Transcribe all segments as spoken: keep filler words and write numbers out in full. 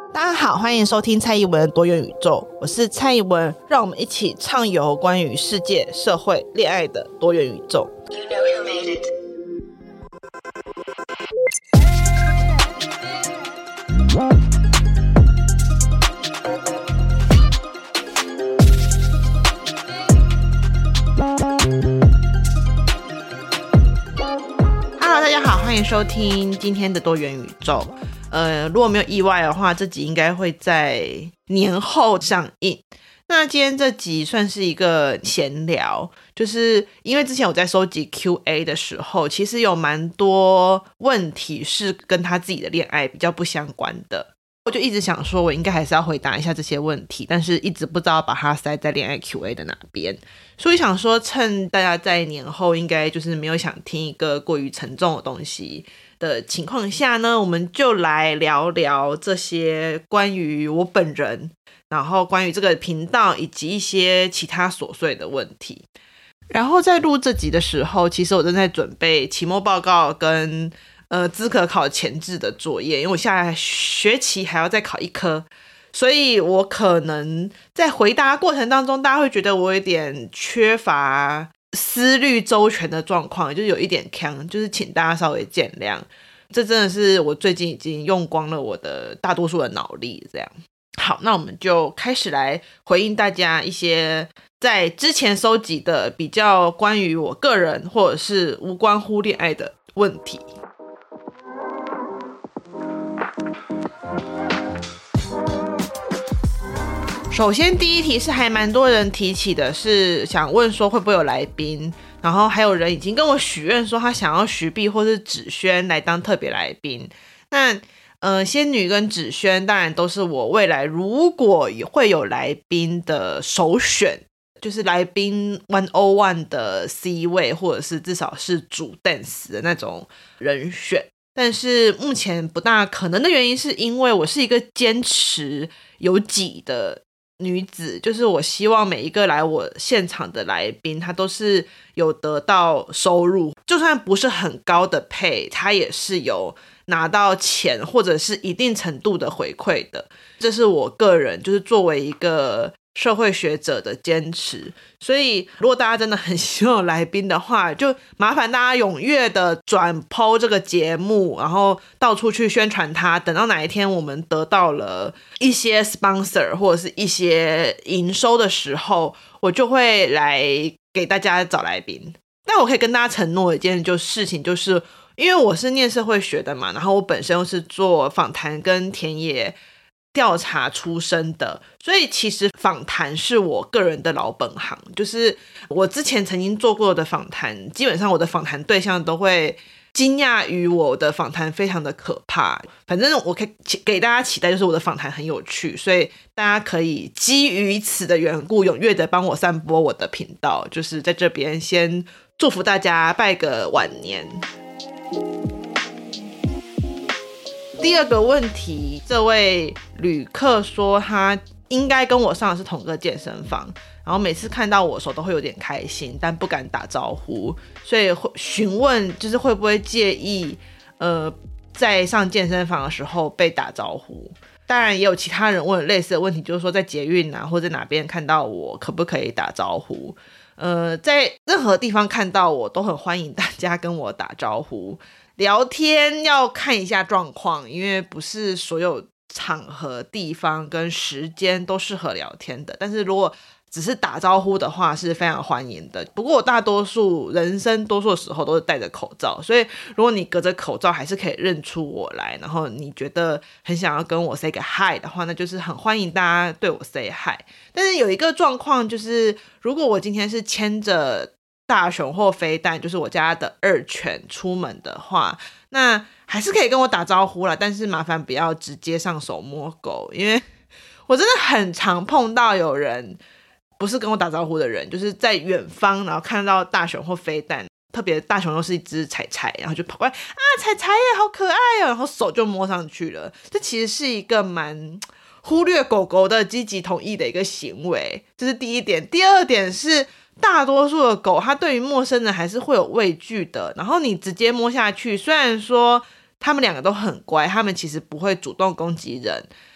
大家好，欢迎收听蔡宜文的多元宇宙，我是蔡宜文，让我们一起畅游关于世界、社会、恋爱的多元宇宙。You know who made it. Hello， 大家好，欢迎收听今天的多元宇宙。呃，如果没有意外的话，这集应该会在年后上映。那今天这集算是一个闲聊，就是因为之前我在收集 Q A 的时候，其实有蛮多问题是跟他自己的恋爱比较不相关的。我就一直想说我应该还是要回答一下这些问题，但是一直不知道把它塞在恋爱 Q A 的哪边，所以想说趁大家在年后应该就是没有想听一个过于沉重的东西的情况下呢，我们就来聊聊这些关于我本人，然后关于这个频道以及一些其他琐碎的问题。然后在录这集的时候，其实我正在准备期末报告跟呃资格考前置的作业，因为我下来学期还要再考一科，所以我可能在回答过程当中，大家会觉得我有点缺乏思虑周全的状况，就是有一点呛，就是请大家稍微见谅。这真的是我最近已经用光了我的大多数的脑力这样。好，那我们就开始来回应大家一些在之前收集的比较关于我个人或者是无关乎恋爱的问题。首先第一题是还蛮多人提起的，是想问说会不会有来宾，然后还有人已经跟我许愿说他想要徐碧或是芷萱来当特别来宾。那呃，仙女跟芷萱当然都是我未来如果会有来宾的首选，就是来宾一百一的 C 位，或者是至少是主 dance 的那种人选。但是目前不大可能的原因是因为我是一个坚持有己的女子，就是我希望每一个来我现场的来宾他都是有得到收入，就算不是很高的配，他也是有拿到钱或者是一定程度的回馈的。这是我个人就是作为一个社会学者的坚持。所以如果大家真的很希望有来宾的话，就麻烦大家踊跃的转 po 这个节目，然后到处去宣传它，等到哪一天我们得到了一些 sponsor 或者是一些营收的时候，我就会来给大家找来宾。但我可以跟大家承诺一件就事情，就是因为我是念社会学的嘛，然后我本身又是做访谈跟田野调查出身的，所以其实访谈是我个人的老本行，就是我之前曾经做过的访谈，基本上我的访谈对象都会惊讶于我的访谈非常的可怕。反正我可以给大家期待就是我的访谈很有趣，所以大家可以基于此的缘故踊跃的帮我散播我的频道，就是在这边先祝福大家拜个晚年。第二个问题，这位旅客说他应该跟我上的是同个健身房，然后每次看到我的时候都会有点开心，但不敢打招呼，所以询问就是会不会介意呃，在上健身房的时候被打招呼。当然也有其他人问类似的问题，就是说在捷运啊或者哪边看到我可不可以打招呼。呃，在任何地方看到我都很欢迎大家跟我打招呼，聊天要看一下状况，因为不是所有场合地方跟时间都适合聊天的，但是如果只是打招呼的话是非常欢迎的。不过我大多数人生多数的时候都是戴着口罩，所以如果你隔着口罩还是可以认出我来，然后你觉得很想要跟我 say 个 hi 的话，那就是很欢迎大家对我 say hi。 但是有一个状况，就是如果我今天是牵着大熊或飞弹，就是我家的二犬出门的话，那还是可以跟我打招呼啦，但是麻烦不要直接上手摸狗，因为我真的很常碰到有人不是跟我打招呼的人，就是在远方然后看到大熊或飞弹，特别大熊又是一只彩彩，然后就跑过来啊，彩彩耶好可爱哦，然后手就摸上去了。这其实是一个蛮忽略狗狗的积极同意的一个行为，这是第一点。第二点是大多数的狗它对于陌生人还是会有畏惧的，然后你直接摸下去，虽然说他们两个都很乖，他们其实不会主动攻击人，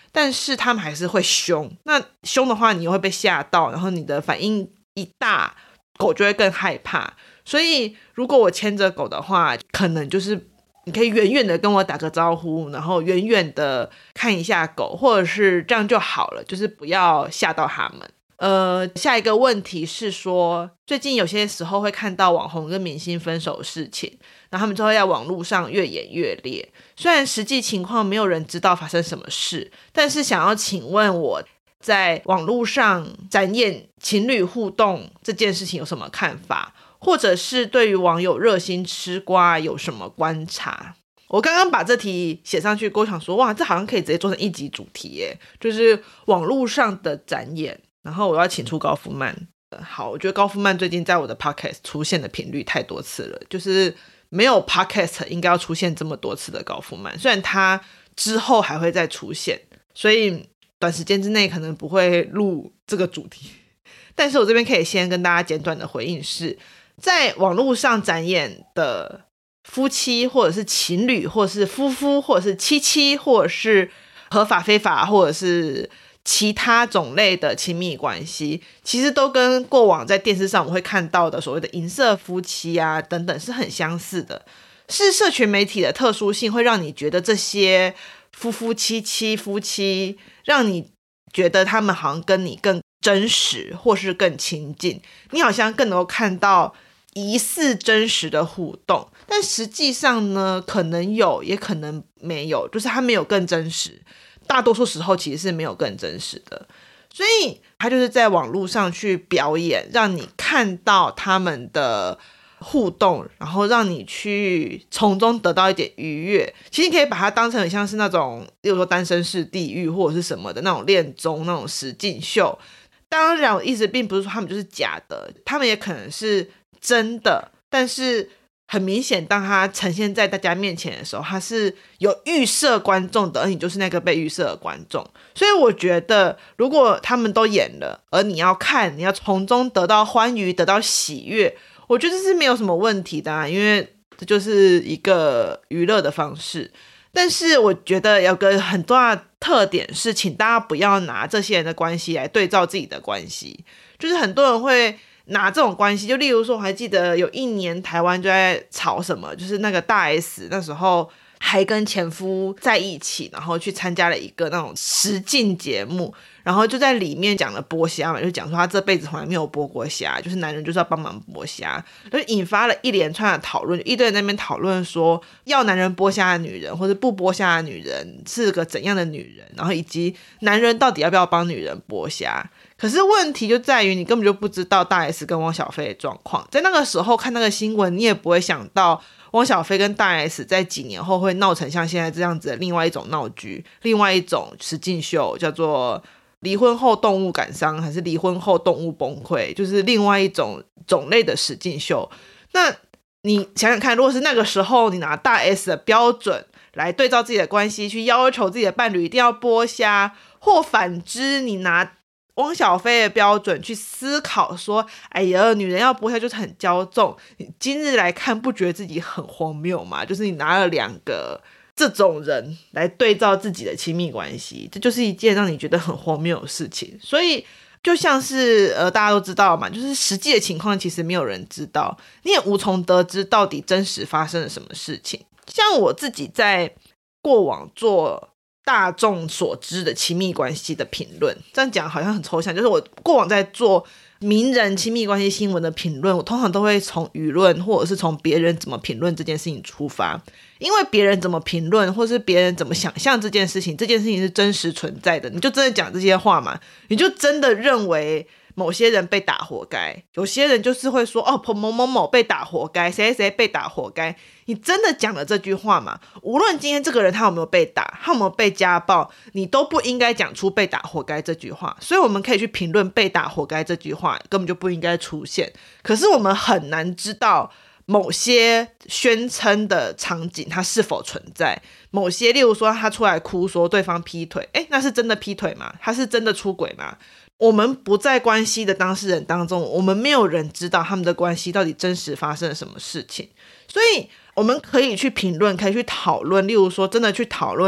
但是他们还是会凶。那凶的话，你又会被吓到，然后你的反应一大，狗就会更害怕。所以如果我牵着狗的话，可能就是你可以远远的跟我打个招呼，然后远远的看一下狗，或者是这样就好了，就是不要吓到他们。呃，下一个问题是说，最近有些时候会看到网红跟明星分手的事情，然后他们就会在网络上越演越烈。虽然实际情况没有人知道发生什么事，但是想要请问我在网络上展演情侣互动这件事情有什么看法，或者是对于网友热心吃瓜有什么观察？我刚刚把这题写上去，我想说，哇，这好像可以直接做成一集主题耶，就是网络上的展演。然后我要请出高夫曼。好，我觉得高夫曼最近在我的 podcast 出现的频率太多次了，就是没有 podcast 应该要出现这么多次的高夫曼，虽然他之后还会再出现，所以短时间之内可能不会录这个主题，但是我这边可以先跟大家简短的回应是，在网络上展演的夫妻或者是情侣或者是夫妇或者是妻妻或者是合法非法或者是其他种类的亲密关系，其实都跟过往在电视上我们会看到的所谓的银色夫妻啊等等是很相似的。是社群媒体的特殊性会让你觉得这些夫夫妻妻夫妻让你觉得他们好像跟你更真实或是更亲近，你好像更能够看到疑似真实的互动，但实际上呢可能有也可能没有，就是他没有更真实，大多数时候其实是没有更真实的。所以他就是在网络上去表演，让你看到他们的互动，然后让你去从中得到一点愉悦。其实你可以把它当成很像是那种例如说单身是地狱或者是什么的那种恋综那种实境秀。当然我意思并不是说他们就是假的，他们也可能是真的，但是很明显当他呈现在大家面前的时候，他是有预设观众的，而你就是那个被预设的观众。所以我觉得如果他们都演了，而你要看，你要从中得到欢愉得到喜悦，我觉得这是没有什么问题的啊，因为这就是一个娱乐的方式。但是我觉得有个很大的特点是，请大家不要拿这些人的关系来对照自己的关系。就是很多人会拿这种关系，就例如说我还记得有一年台湾就在吵什么，就是那个大 S 那时候还跟前夫在一起，然后去参加了一个那种实境节目，然后就在里面讲了剥虾嘛，就讲说他这辈子从来没有剥过虾，就是男人就是要帮忙剥虾，就引发了一连串的讨论，一堆人在那边讨论说要男人剥虾的女人或者不剥虾的女人是个怎样的女人，然后以及男人到底要不要帮女人剥虾。可是问题就在于你根本就不知道大 S 跟汪小菲的状况，在那个时候看那个新闻，你也不会想到汪小菲跟大 S 在几年后会闹成像现在这样子的另外一种闹剧，另外一种实境秀，叫做离婚后动物感伤还是离婚后动物崩溃，就是另外一种种类的实境秀。那你想想看，如果是那个时候你拿大 S 的标准来对照自己的关系，去要求自己的伴侣一定要剥虾，或反之你拿汪小菲的标准去思考说，哎呀，女人要剥虾就是很骄纵，你今日来看不觉得自己很荒谬吗？就是你拿了两个这种人来对照自己的亲密关系，这就是一件让你觉得很荒谬的事情。所以就像是呃，大家都知道嘛，就是实际的情况其实没有人知道，你也无从得知到底真实发生了什么事情。像我自己在过往做大众所知的亲密关系的评论，这样讲好像很抽象，就是我过往在做名人亲密关系新闻的评论，我通常都会从舆论或者是从别人怎么评论这件事情出发，因为别人怎么评论或是别人怎么想象这件事情，这件事情是真实存在的，你就真的讲这些话嘛，你就真的认为某些人被打活该，有些人就是会说哦，某某某被打活该，谁谁谁被打活该，你真的讲了这句话吗？无论今天这个人他有没有被打，他有没有被家暴，你都不应该讲出被打活该这句话。所以我们可以去评论被打活该这句话根本就不应该出现，可是我们很难知道某些宣称的场景它是否存在，某些例如说他出来哭说对方劈腿，诶，那是真的劈腿吗？他是真的出轨吗？我们不在关系的当事人当中，我们没有人知道他们的关系到底真实发生了什么事情，所以我们可以去评论，可以去讨论，例如说真的去讨论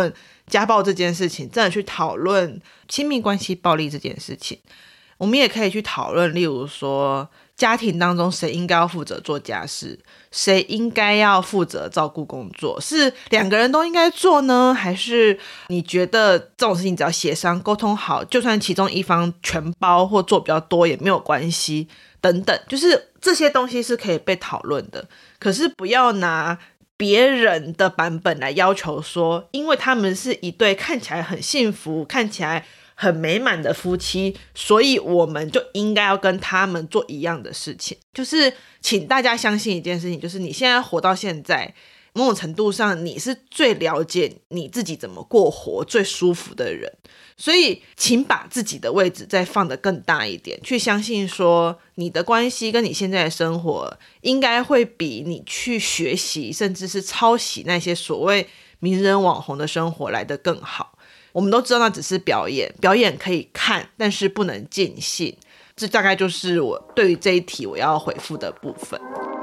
家暴这件事情，真的去讨论亲密关系暴力这件事情。我们也可以去讨论，例如说家庭当中谁应该要负责做家事，谁应该要负责照顾工作，是两个人都应该做呢，还是你觉得这种事情只要协商沟通好，就算其中一方全包或做比较多也没有关系等等，就是这些东西是可以被讨论的。可是不要拿别人的版本来要求说，因为他们是一对看起来很幸福看起来很美满的夫妻，所以我们就应该要跟他们做一样的事情。就是请大家相信一件事情，就是你现在活到现在，某种程度上你是最了解你自己怎么过活最舒服的人，所以请把自己的位置再放得更大一点，去相信说你的关系跟你现在的生活应该会比你去学习甚至是抄袭那些所谓名人网红的生活来得更好。我们都知道那只是表演，表演可以看，但是不能尽兴。这大概就是我对于这一题我要回复的部分。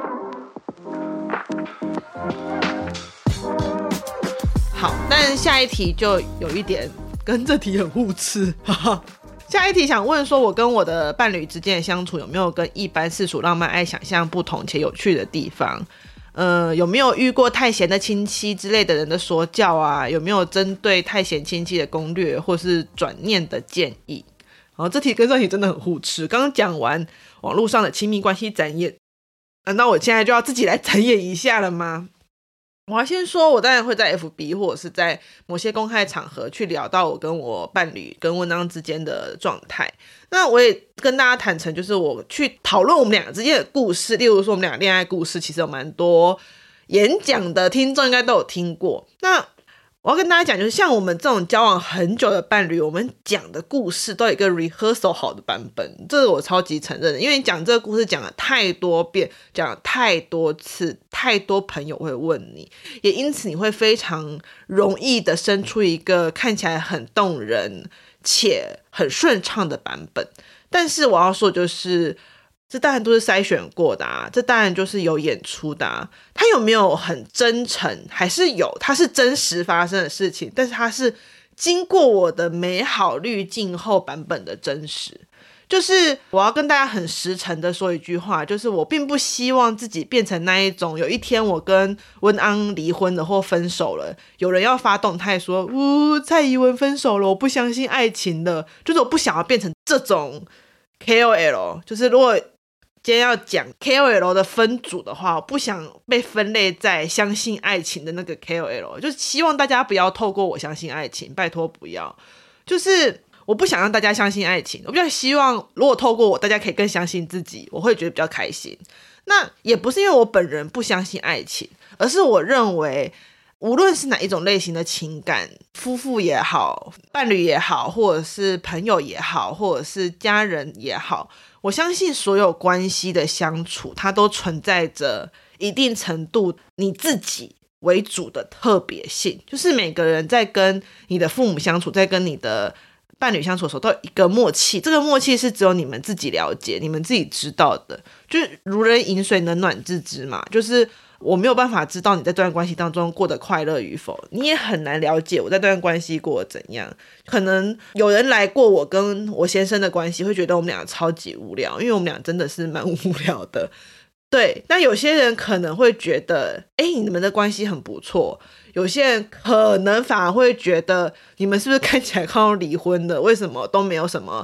好，但下一题就有一点跟这题很互斥。下一题想问说，我跟我的伴侣之间的相处有没有跟一般世俗浪漫爱想象不同且有趣的地方？呃，有没有遇过太闲的亲戚之类的人的说教啊？有没有针对太闲亲戚的攻略或是转念的建议？然后这题跟上题真的很互斥。刚刚讲完网络上的亲密关系展演，难道我现在就要自己来展演一下了吗？我要先说，我当然会在 F B 或者是在某些公开场合去聊到我跟我伴侣跟文章之间的状态。那我也跟大家坦诚，就是我去讨论我们两个之间的故事，例如说我们两个恋爱故事，其实有蛮多演讲的听众应该都有听过。那我要跟大家讲，就是像我们这种交往很久的伴侣，我们讲的故事都有一个 rehearsal 好的版本，这个我超级承认的，因为你讲这个故事讲了太多遍，讲了太多次，太多朋友会问你，也因此你会非常容易的生出一个看起来很动人且很顺畅的版本。但是我要说，就是这当然都是筛选过的啊，这当然就是有演出的啊。它有没有很真诚？还是有，它是真实发生的事情，但是它是经过我的美好滤镜后版本的真实。就是我要跟大家很实诚的说一句话，就是我并不希望自己变成那一种，有一天我跟温安离婚了或分手了，有人要发动态说呜，蔡宜文分手了，我不相信爱情了。就是我不想要变成这种 K O L， 就是如果今天要讲 K O L 的分组的话，我不想被分类在相信爱情的那个 K O L， 就是希望大家不要透过我相信爱情，拜托不要。就是我不想让大家相信爱情，我比较希望如果透过我大家可以更相信自己，我会觉得比较开心。那也不是因为我本人不相信爱情，而是我认为无论是哪一种类型的情感，夫妇也好，伴侣也好，或者是朋友也好，或者是家人也好，我相信所有关系的相处，它都存在着一定程度你自己为主的特别性。就是每个人在跟你的父母相处，在跟你的伴侣相处的时候，都有一个默契，这个默契是只有你们自己了解，你们自己知道的，就是如人饮水，冷暖自知嘛。就是我没有办法知道你在这段关系当中过得快乐与否，你也很难了解我在这段关系过得怎样。可能有人来过我跟我先生的关系，会觉得我们俩超级无聊，因为我们俩真的是蛮无聊的。对，那有些人可能会觉得哎，你们的关系很不错，有些人可能反而会觉得你们是不是看起来快要离婚的，为什么都没有什么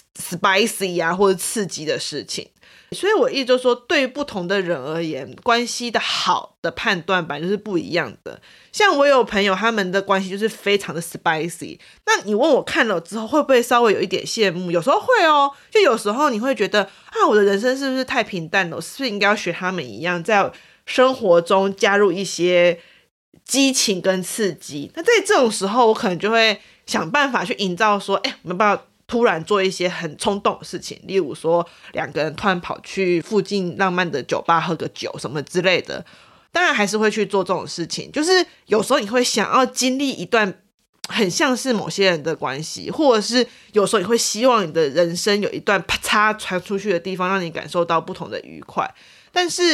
spicy 啊或者刺激的事情。所以我一直就说，对于不同的人而言，关系的好的判断本来就是不一样的。像我有朋友他们的关系就是非常的 spicy， 那你问我看了之后会不会稍微有一点羡慕？有时候会哦，就有时候你会觉得啊，我的人生是不是太平淡了，我是不是应该要学他们一样，在生活中加入一些激情跟刺激。那在这种时候我可能就会想办法去营造说，哎，我们不要突然做一些很冲动的事情，例如说两个人突然跑去附近浪漫的酒吧喝个酒什么之类的。当然还是会去做这种事情，就是有时候你会想要经历一段很像是某些人的关系，或者是有时候你会希望你的人生有一段啪嚓传出去的地方，让你感受到不同的愉快。但是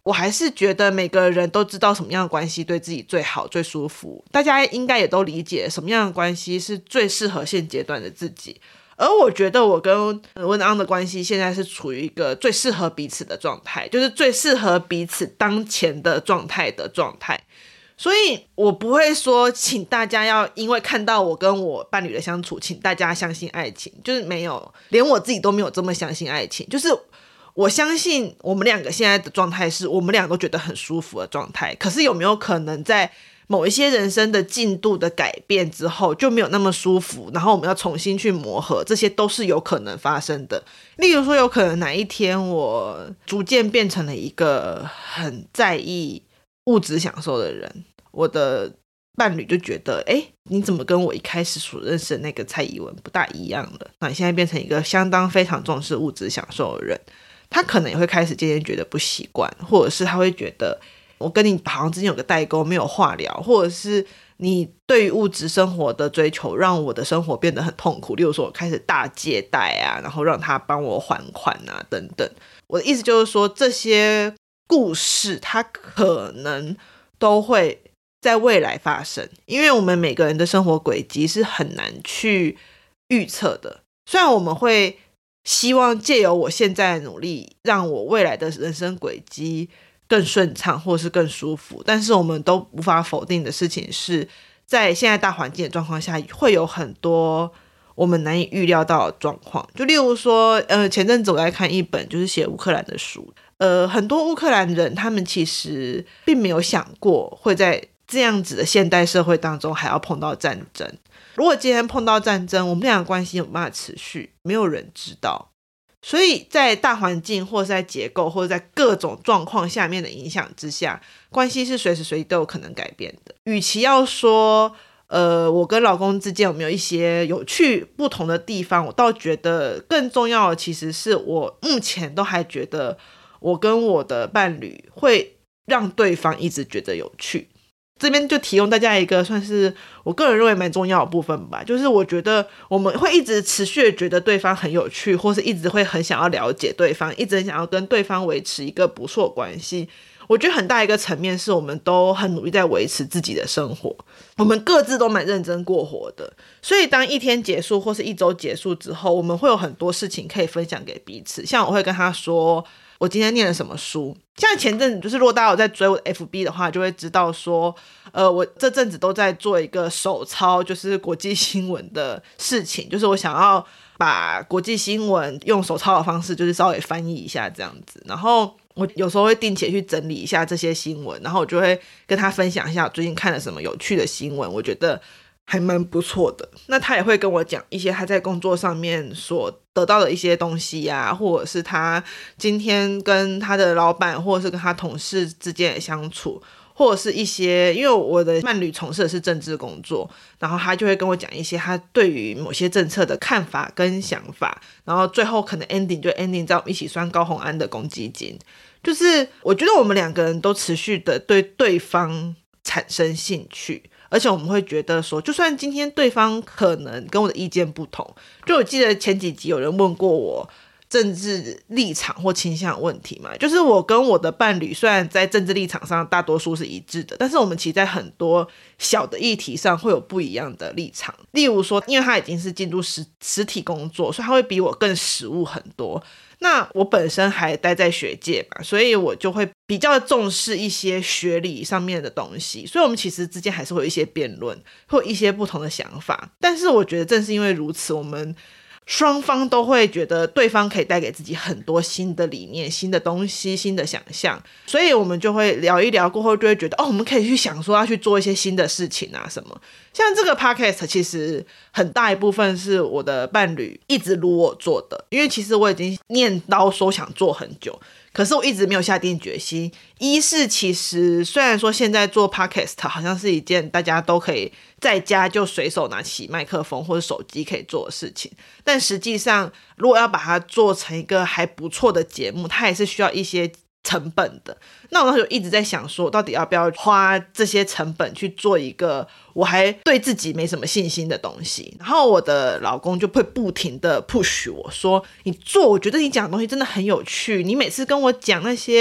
我还是觉得每个人都知道什么样的关系对自己最好最舒服，大家应该也都理解什么样的关系是最适合现阶段的自己。而我觉得我跟文昂的关系现在是处于一个最适合彼此的状态，就是最适合彼此当前的状态的状态。所以我不会说请大家要因为看到我跟我伴侣的相处请大家相信爱情，就是没有，连我自己都没有这么相信爱情。就是我相信我们两个现在的状态是我们两个都觉得很舒服的状态，可是有没有可能在某一些人生的进度的改变之后就没有那么舒服，然后我们要重新去磨合，这些都是有可能发生的。例如说有可能哪一天我逐渐变成了一个很在意物质享受的人，我的伴侣就觉得哎，你怎么跟我一开始所认识的那个蔡宜文不大一样了，那你现在变成一个相当非常重视物质享受的人，他可能也会开始渐渐觉得不习惯，或者是他会觉得我跟你好像之间有个代沟没有话聊，或者是你对于物质生活的追求让我的生活变得很痛苦，例如说我开始大借贷啊，然后让他帮我还款啊等等。我的意思就是说这些故事它可能都会在未来发生，因为我们每个人的生活轨迹是很难去预测的。虽然我们会希望借由我现在的努力让我未来的人生轨迹更顺畅或是更舒服，但是我们都无法否定的事情是在现在大环境的状况下会有很多我们难以预料到的状况。就例如说呃，前阵子我在看一本就是写乌克兰的书，呃，很多乌克兰人他们其实并没有想过会在这样子的现代社会当中还要碰到战争。如果今天碰到战争，我们俩的关系有办法持续，没有人知道。所以在大环境或是在结构或者在各种状况下面的影响之下，关系是随时随地都有可能改变的。与其要说呃，我跟老公之间有没有一些有趣不同的地方，我倒觉得更重要的其实是我目前都还觉得我跟我的伴侣会让对方一直觉得有趣。这边就提供大家一个算是我个人认为蛮重要的部分吧，就是我觉得我们会一直持续的觉得对方很有趣，或是一直会很想要了解对方，一直很想要跟对方维持一个不错的关系。我觉得很大一个层面是我们都很努力在维持自己的生活，我们各自都蛮认真过活的，所以当一天结束或是一周结束之后，我们会有很多事情可以分享给彼此。像我会跟他说我今天念了什么书，像前阵子就是如果大家有在追我的 F B 的话就会知道说呃，我这阵子都在做一个手抄就是国际新闻的事情，就是我想要把国际新闻用手抄的方式就是稍微翻译一下这样子，然后我有时候会定期去整理一下这些新闻，然后我就会跟他分享一下我最近看了什么有趣的新闻，我觉得还蛮不错的。那他也会跟我讲一些他在工作上面所得到的一些东西啊，或者是他今天跟他的老板或者是跟他同事之间的相处，或者是一些因为我的伴侣从事的是政治工作，然后他就会跟我讲一些他对于某些政策的看法跟想法，然后最后可能 ending 就 ending 在我们一起酸高虹安的公积金。就是我觉得我们两个人都持续的对对方产生兴趣，而且我们会觉得说就算今天对方可能跟我的意见不同，就我记得前几集有人问过我政治立场或倾向问题嘛，就是我跟我的伴侣虽然在政治立场上大多数是一致的，但是我们其实在很多小的议题上会有不一样的立场。例如说因为他已经是进入 实, 实体工作，所以他会比我更实务很多，那我本身还待在学界嘛，所以我就会比较重视一些学理上面的东西，所以我们其实之间还是会有一些辩论，会有一些不同的想法。但是我觉得正是因为如此，我们双方都会觉得对方可以带给自己很多新的理念、新的东西、新的想象，所以我们就会聊一聊过后就会觉得哦，我们可以去想说要去做一些新的事情啊什么。像这个 podcast 其实很大一部分是我的伴侣一直撸我做的，因为其实我已经念叨说想做很久，可是我一直没有下定决心。一是其实虽然说现在做 podcast 好像是一件大家都可以在家就随手拿起麦克风或者手机可以做的事情，但实际上如果要把它做成一个还不错的节目，它也是需要一些成本的。那我那时候一直在想说到底要不要花这些成本去做一个我还对自己没什么信心的东西，然后我的老公就会不停的 push 我说你做，我觉得你讲的东西真的很有趣，你每次跟我讲那些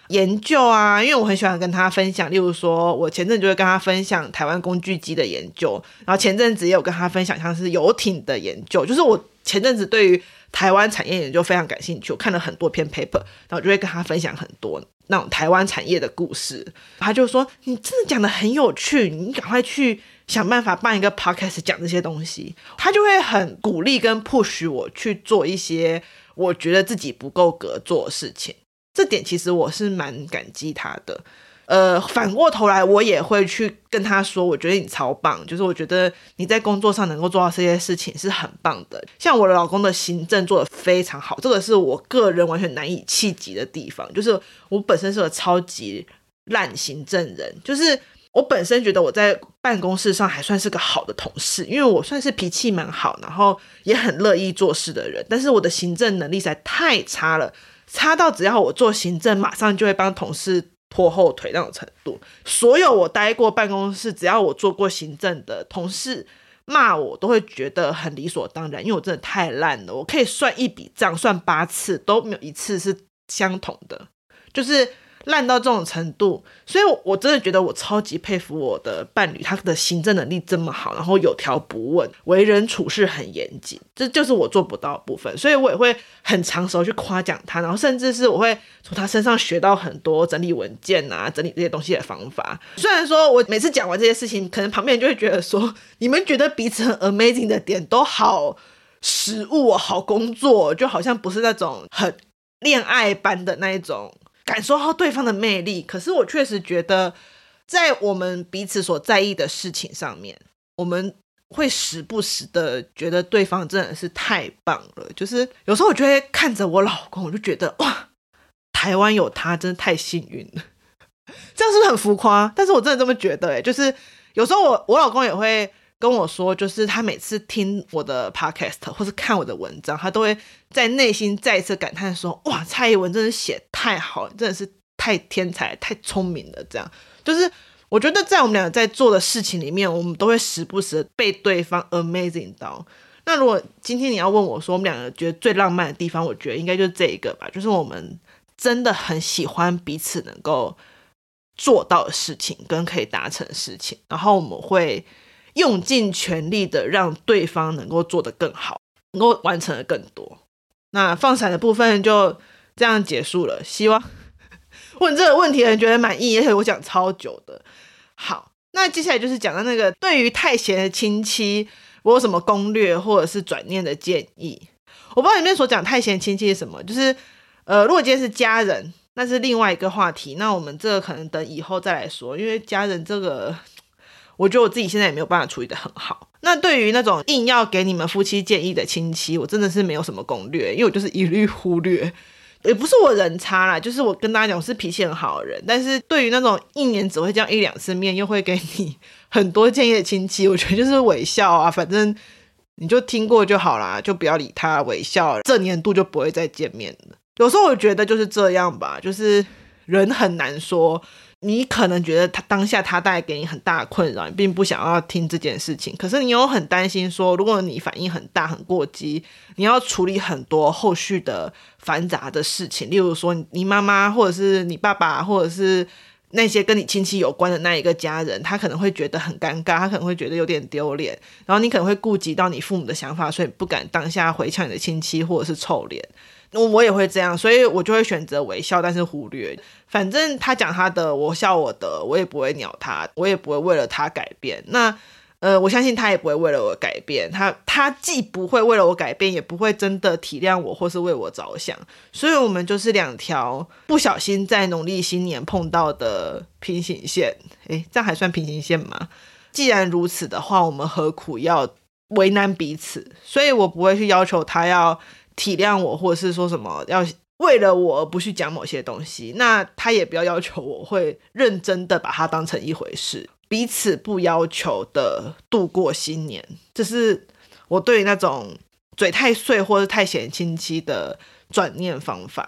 研究啊，因为我很喜欢跟他分享，例如说我前阵就会跟他分享台湾工具机的研究，然后前阵子也有跟他分享像是游艇的研究，就是我前阵子对于台湾产业研究非常感兴趣，我看了很多篇 paper， 然后就会跟他分享很多那种台湾产业的故事。他就说你真的讲得很有趣，你赶快去想办法办一个 podcast 讲这些东西。他就会很鼓励跟 push 我去做一些我觉得自己不够格做的事情，这点其实我是蛮感激他的。呃，反过头来我也会去跟他说我觉得你超棒，就是我觉得你在工作上能够做到这些事情是很棒的。像我的老公的行政做得非常好，这个是我个人完全难以企及的地方，就是我本身是个超级烂行政人，就是我本身觉得我在办公室上还算是个好的同事，因为我算是脾气蛮好，然后也很乐意做事的人，但是我的行政能力实在太差了，差到只要我做行政马上就会帮同事拖后腿那种程度。所有我待过办公室只要我做过行政的同事骂我都会觉得很理所当然，因为我真的太烂了，我可以算一笔账算八次都没有一次是相同的，就是烂到这种程度。所以我真的觉得我超级佩服我的伴侣，他的行政能力这么好，然后有条不紊，为人处事很严谨，这就是我做不到的部分。所以我也会很常时候去夸奖他，然后甚至是我会从他身上学到很多整理文件啊整理这些东西的方法。虽然说我每次讲完这些事情，可能旁边人就会觉得说你们觉得彼此很 amazing 的点都好实务好工作，就好像不是那种很恋爱般的那一种感受到对方的魅力。可是我确实觉得在我们彼此所在意的事情上面，我们会时不时的觉得对方真的是太棒了。就是有时候我就会看着我老公，我就觉得哇，台湾有他真的太幸运了。这样是不是很浮夸？但是我真的这么觉得耶，就是有时候我我老公也会跟我说，就是他每次听我的 podcast 或是看我的文章，他都会在内心再一次感叹说，哇，蔡宜文真的写太好，真的是太天才太聪明了。这样就是我觉得在我们两个在做的事情里面，我们都会时不时的被对方 amazing 到。那如果今天你要问我说我们两个觉得最浪漫的地方，我觉得应该就是这一个吧，就是我们真的很喜欢彼此能够做到的事情跟可以达成的事情，然后我们会用尽全力的让对方能够做得更好，能够完成的更多。那放闪的部分就这样结束了，希望问这个问题的人觉得满意，而且我讲超久的。好，那接下来就是讲到那个对于太闲的亲戚我有什么攻略或者是转念的建议。我不知道里面所讲太闲亲戚是什么，就是呃，如果今天是家人那是另外一个话题，那我们这个可能等以后再来说，因为家人这个我觉得我自己现在也没有办法处理得很好。那对于那种硬要给你们夫妻建议的亲戚，我真的是没有什么攻略，因为我就是一律忽略。也不是我人差啦，就是我跟大家讲我是脾气很好的人，但是对于那种一年只会见一两次面又会给你很多建议的亲戚，我觉得就是微笑啊，反正你就听过就好啦，就不要理他，微笑，这年度就不会再见面了。有时候我觉得就是这样吧，就是人很难说，你可能觉得他当下他带给你很大的困扰，你并不想要听这件事情，可是你又很担心说如果你反应很大很过激，你要处理很多后续的繁杂的事情，例如说你妈妈或者是你爸爸或者是那些跟你亲戚有关的那一个家人，他可能会觉得很尴尬，他可能会觉得有点丢脸，然后你可能会顾及到你父母的想法，所以不敢当下回呛你的亲戚或者是臭脸。我也会这样，所以我就会选择微笑但是忽略，反正他讲他的，我笑我的，我也不会鸟他，我也不会为了他改变。那呃，我相信他也不会为了我改变，他他既不会为了我改变，也不会真的体谅我或是为我着想，所以我们就是两条不小心在农历新年碰到的平行线。诶，这样还算平行线吗？既然如此的话，我们何苦要为难彼此？所以我不会去要求他要体谅我，或者是说什么要为了我而不去讲某些东西，那他也不要要求我会认真的把它当成一回事，彼此不要求的度过新年，这是我对那种嘴太碎或是太嫌亲戚的转念方法。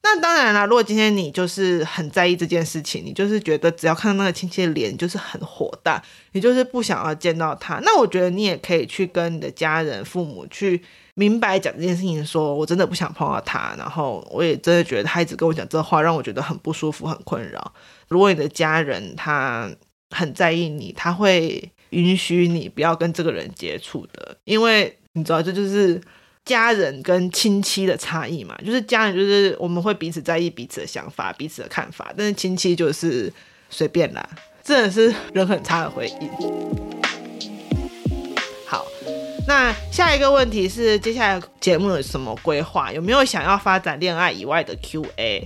那当然啦，如果今天你就是很在意这件事情，你就是觉得只要看到那个亲戚的脸就是很火大，你就是不想要见到他，那我觉得你也可以去跟你的家人父母去明白讲这件事情，说我真的不想碰到他，然后我也真的觉得他一直跟我讲这话让我觉得很不舒服很困扰。如果你的家人他很在意你，他会允许你不要跟这个人接触的，因为你知道这就是家人跟亲戚的差异嘛，就是家人就是我们会彼此在意彼此的想法彼此的看法，但是亲戚就是随便啦，真的是人很差的回应。好，那下一个问题是接下来节目有什么规划，有没有想要发展恋爱以外的 Q A。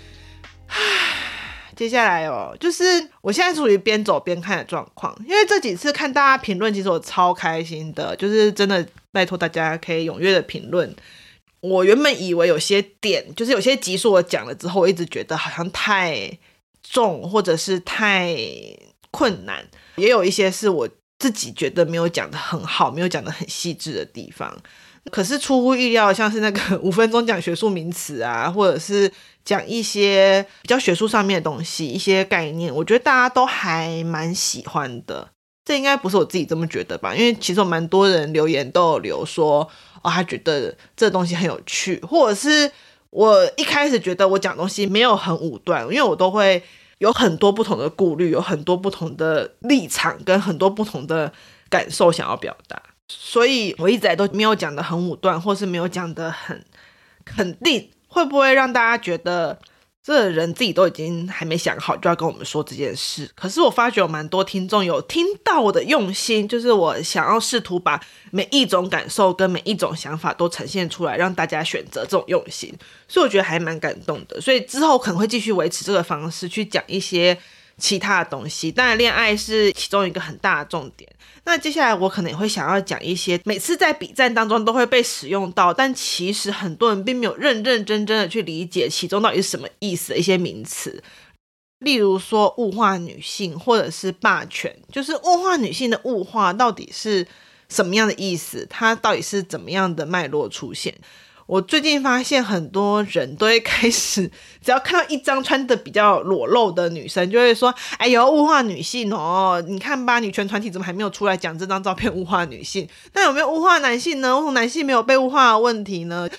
接下来哦，就是我现在属于边走边看的状况，因为这几次看大家评论其实我超开心的，就是真的拜托大家可以踊跃的评论。我原本以为有些点就是有些集数我讲了之后我一直觉得好像太重或者是太困难，也有一些是我自己觉得没有讲得很好没有讲得很细致的地方，可是出乎意料，像是那个五分钟讲学术名词啊，或者是讲一些比较学术上面的东西一些概念，我觉得大家都还蛮喜欢的。这应该不是我自己这么觉得吧，因为其实有蛮多人留言都有留说哦，他觉得这东西很有趣，或者是我一开始觉得我讲东西没有很武断，因为我都会有很多不同的顾虑，有很多不同的立场跟很多不同的感受想要表达，所以我一直来都没有讲得很武断，或是没有讲得很肯定，会不会让大家觉得这个人自己都已经还没想好就要跟我们说这件事。可是我发觉有蛮多听众有听到我的用心，就是我想要试图把每一种感受跟每一种想法都呈现出来，让大家选择这种用心，所以我觉得还蛮感动的。所以之后可能会继续维持这个方式去讲一些其他的东西，当然恋爱是其中一个很大的重点。那接下来我可能也会想要讲一些每次在比战当中都会被使用到，但其实很多人并没有认认真真的去理解其中到底是什么意思的一些名词，例如说物化女性或者是霸权，就是物化女性的物化到底是什么样的意思，它到底是怎么样的脉络出现。我最近发现很多人都会开始只要看到一张穿的比较裸露的女生就会说哎呦物化女性哦，你看吧女权团体怎么还没有出来讲这张照片物化女性，那有没有物化男性呢？为什么男性没有被物化的问题呢？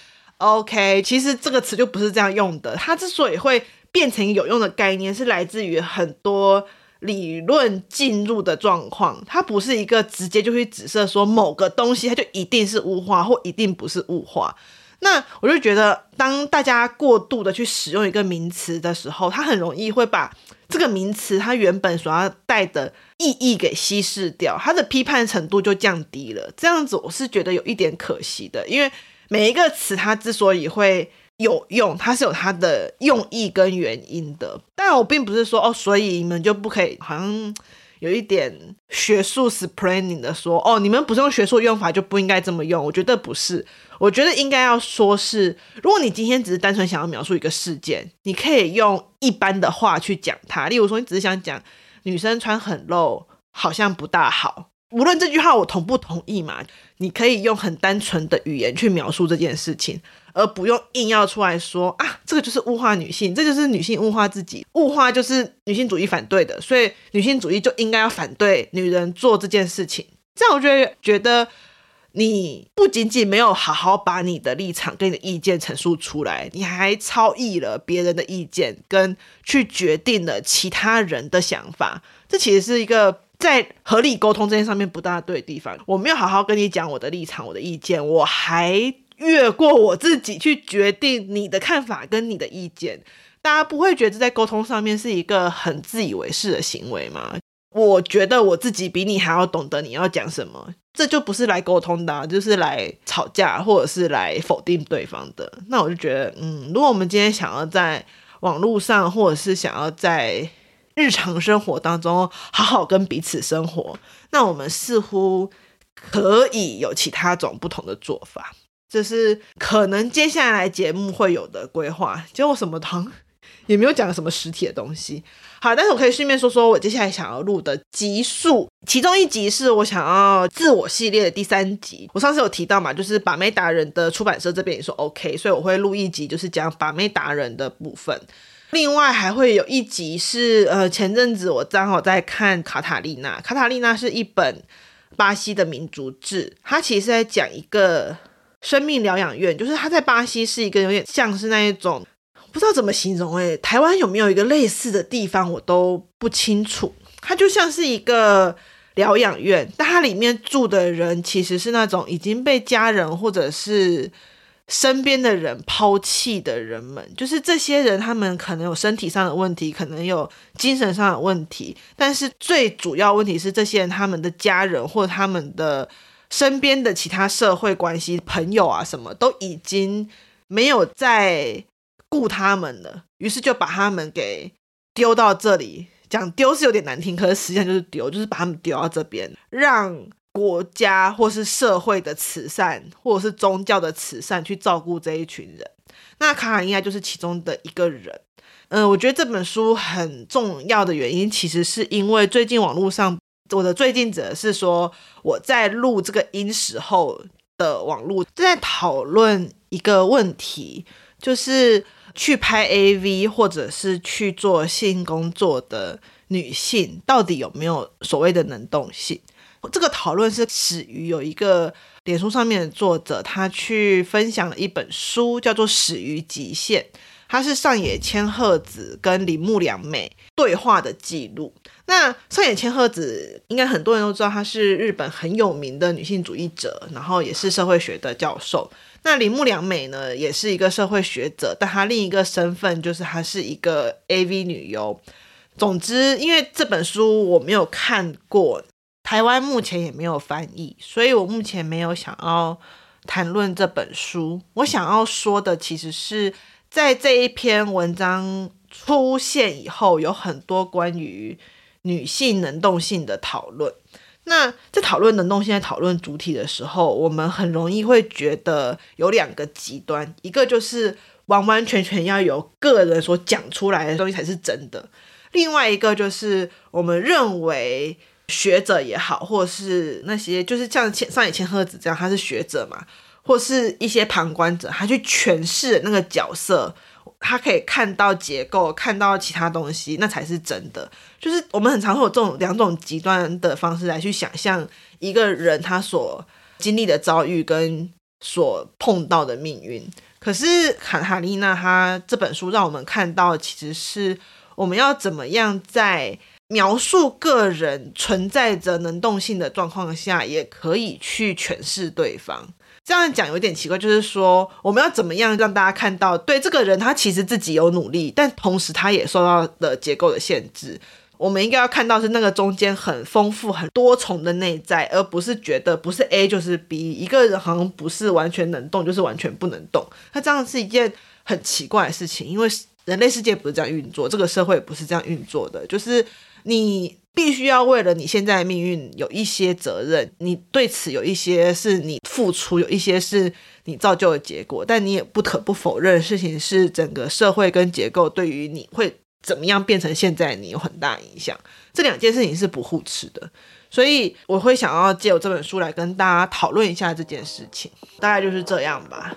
OK， 其实这个词就不是这样用的，它之所以会变成有用的概念是来自于很多理论进入的状况，它不是一个直接就去指涉说某个东西它就一定是物化或一定不是物化。那我就觉得当大家过度的去使用一个名词的时候，它很容易会把这个名词它原本所要带的意义给稀释掉，它的批判程度就降低了，这样子我是觉得有一点可惜的。因为每一个词它之所以会有用，它是有它的用意跟原因的，但我并不是说哦，所以你们就不可以好像有一点学术 splaining 的说哦，你们不是用学术用法就不应该这么用，我觉得不是，我觉得应该要说是如果你今天只是单纯想要描述一个事件，你可以用一般的话去讲它，例如说你只是想讲女生穿很露好像不大好，无论这句话我同不同意嘛，你可以用很单纯的语言去描述这件事情，而不用硬要出来说啊，这个就是物化女性，这就是女性物化自己，物化就是女性主义反对的，所以女性主义就应该要反对女人做这件事情。这样我就会觉得你不仅仅没有好好把你的立场跟你的意见陈述出来，你还超译了别人的意见跟去决定了其他人的想法，这其实是一个在合理沟通这件上面不大对的地方。我没有好好跟你讲我的立场我的意见，我还越过我自己去决定你的看法跟你的意见，大家不会觉得在沟通上面是一个很自以为是的行为吗？我觉得我自己比你还要懂得你要讲什么，这就不是来沟通的啊，就是来吵架或者是来否定对方的。那我就觉得嗯，如果我们今天想要在网络上或者是想要在日常生活当中好好跟彼此生活，那我们似乎可以有其他种不同的做法，这是可能接下来节目会有的规划。结果什么堂也没有讲什么实体的东西。好，但是我可以顺便说说我接下来想要录的集数，其中一集是我想要自我系列的第三集。我上次有提到嘛，就是把妹达人的出版社这边也说 OK， 所以我会录一集就是讲把妹达人的部分。另外还会有一集是呃前阵子我刚好在看卡塔利娜，卡塔利娜是一本巴西的民族志，它其实是在讲一个生命疗养院，就是它在巴西是一个有点像是那一种不知道怎么形容诶，台湾有没有一个类似的地方我都不清楚。它就像是一个疗养院，但它里面住的人其实是那种已经被家人或者是身边的人抛弃的人们，就是这些人他们可能有身体上的问题，可能有精神上的问题，但是最主要问题是这些人他们的家人或者他们的身边的其他社会关系朋友啊什么都已经没有在顾他们了，于是就把他们给丢到这里，讲丢是有点难听，可是实际上就是丢，就是把他们丢到这边，让国家或是社会的慈善或者是宗教的慈善去照顾这一群人。那卡卡应该就是其中的一个人。嗯、呃，我觉得这本书很重要的原因其实是因为最近网络上，我的最近者是说我在录这个音时候的网络在讨论一个问题，就是去拍 A V 或者是去做性工作的女性到底有没有所谓的能动性。这个讨论是始于有一个脸书上面的作者，他去分享了一本书叫做《始于极限》，它是上野千鹤子跟铃木良美对话的记录。那上野千鹤子应该很多人都知道，她是日本很有名的女性主义者，然后也是社会学的教授。那铃木良美呢，也是一个社会学者，但她另一个身份就是她是一个 A V 女优。总之，因为这本书我没有看过，台湾目前也没有翻译，所以我目前没有想要谈论这本书。我想要说的其实是在这一篇文章出现以后，有很多关于女性能动性的讨论。那在讨论能动性、在讨论主体的时候，我们很容易会觉得有两个极端，一个就是完完全全要由个人所讲出来的东西才是真的，另外一个就是我们认为学者也好，或是那些就是像上野千鹤子这样，他是学者嘛，或是一些旁观者，他去诠释那个角色，他可以看到结构，看到其他东西，那才是真的。就是我们很常会有这种两种极端的方式来去想象一个人他所经历的遭遇跟所碰到的命运。可是卡塔丽娜她这本书让我们看到，其实是我们要怎么样在描述个人存在着能动性的状况下，也可以去诠释对方。这样讲有点奇怪，就是说我们要怎么样让大家看到，对这个人他其实自己有努力，但同时他也受到了结构的限制。我们应该要看到是那个中间很丰富很多重的内在，而不是觉得不是 A 就是 B， 一个人好像不是完全能动就是完全不能动。那这样是一件很奇怪的事情，因为人类世界不是这样运作，这个社会不是这样运作的，就是你必须要为了你现在的命运有一些责任，你对此有一些是你付出，有一些是你造就的结果，但你也不可不否认的事情是整个社会跟结构对于你会怎么样变成现在你有很大影响，这两件事情是不互斥的。所以我会想要借由这本书来跟大家讨论一下这件事情，大概就是这样吧。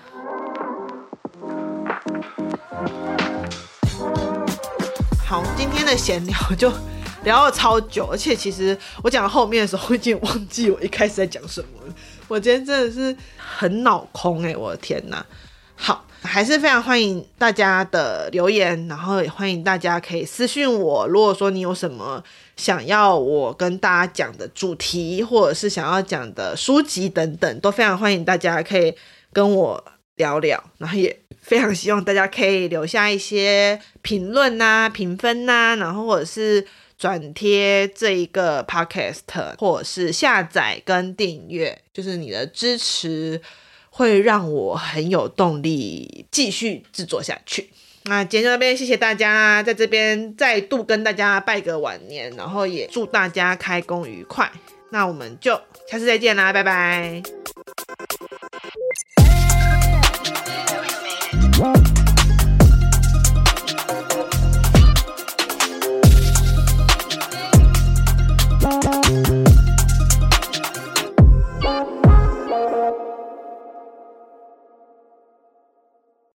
好，今天的闲聊就聊了超久，而且其实我讲到后面的时候我已经忘记我一开始在讲什么了，我今天真的是很脑空欸，我的天哪。好，还是非常欢迎大家的留言，然后也欢迎大家可以私讯我，如果说你有什么想要我跟大家讲的主题，或者是想要讲的书籍等等，都非常欢迎大家可以跟我聊聊，然后也非常希望大家可以留下一些评论啊、评分啊，然后或者是转贴这一个 podcast， 或者是下载跟订阅，就是你的支持会让我很有动力继续制作下去。那今天就到这边，谢谢大家，在这边再度跟大家拜个晚年，然后也祝大家开工愉快。那我们就下次再见啦，拜拜。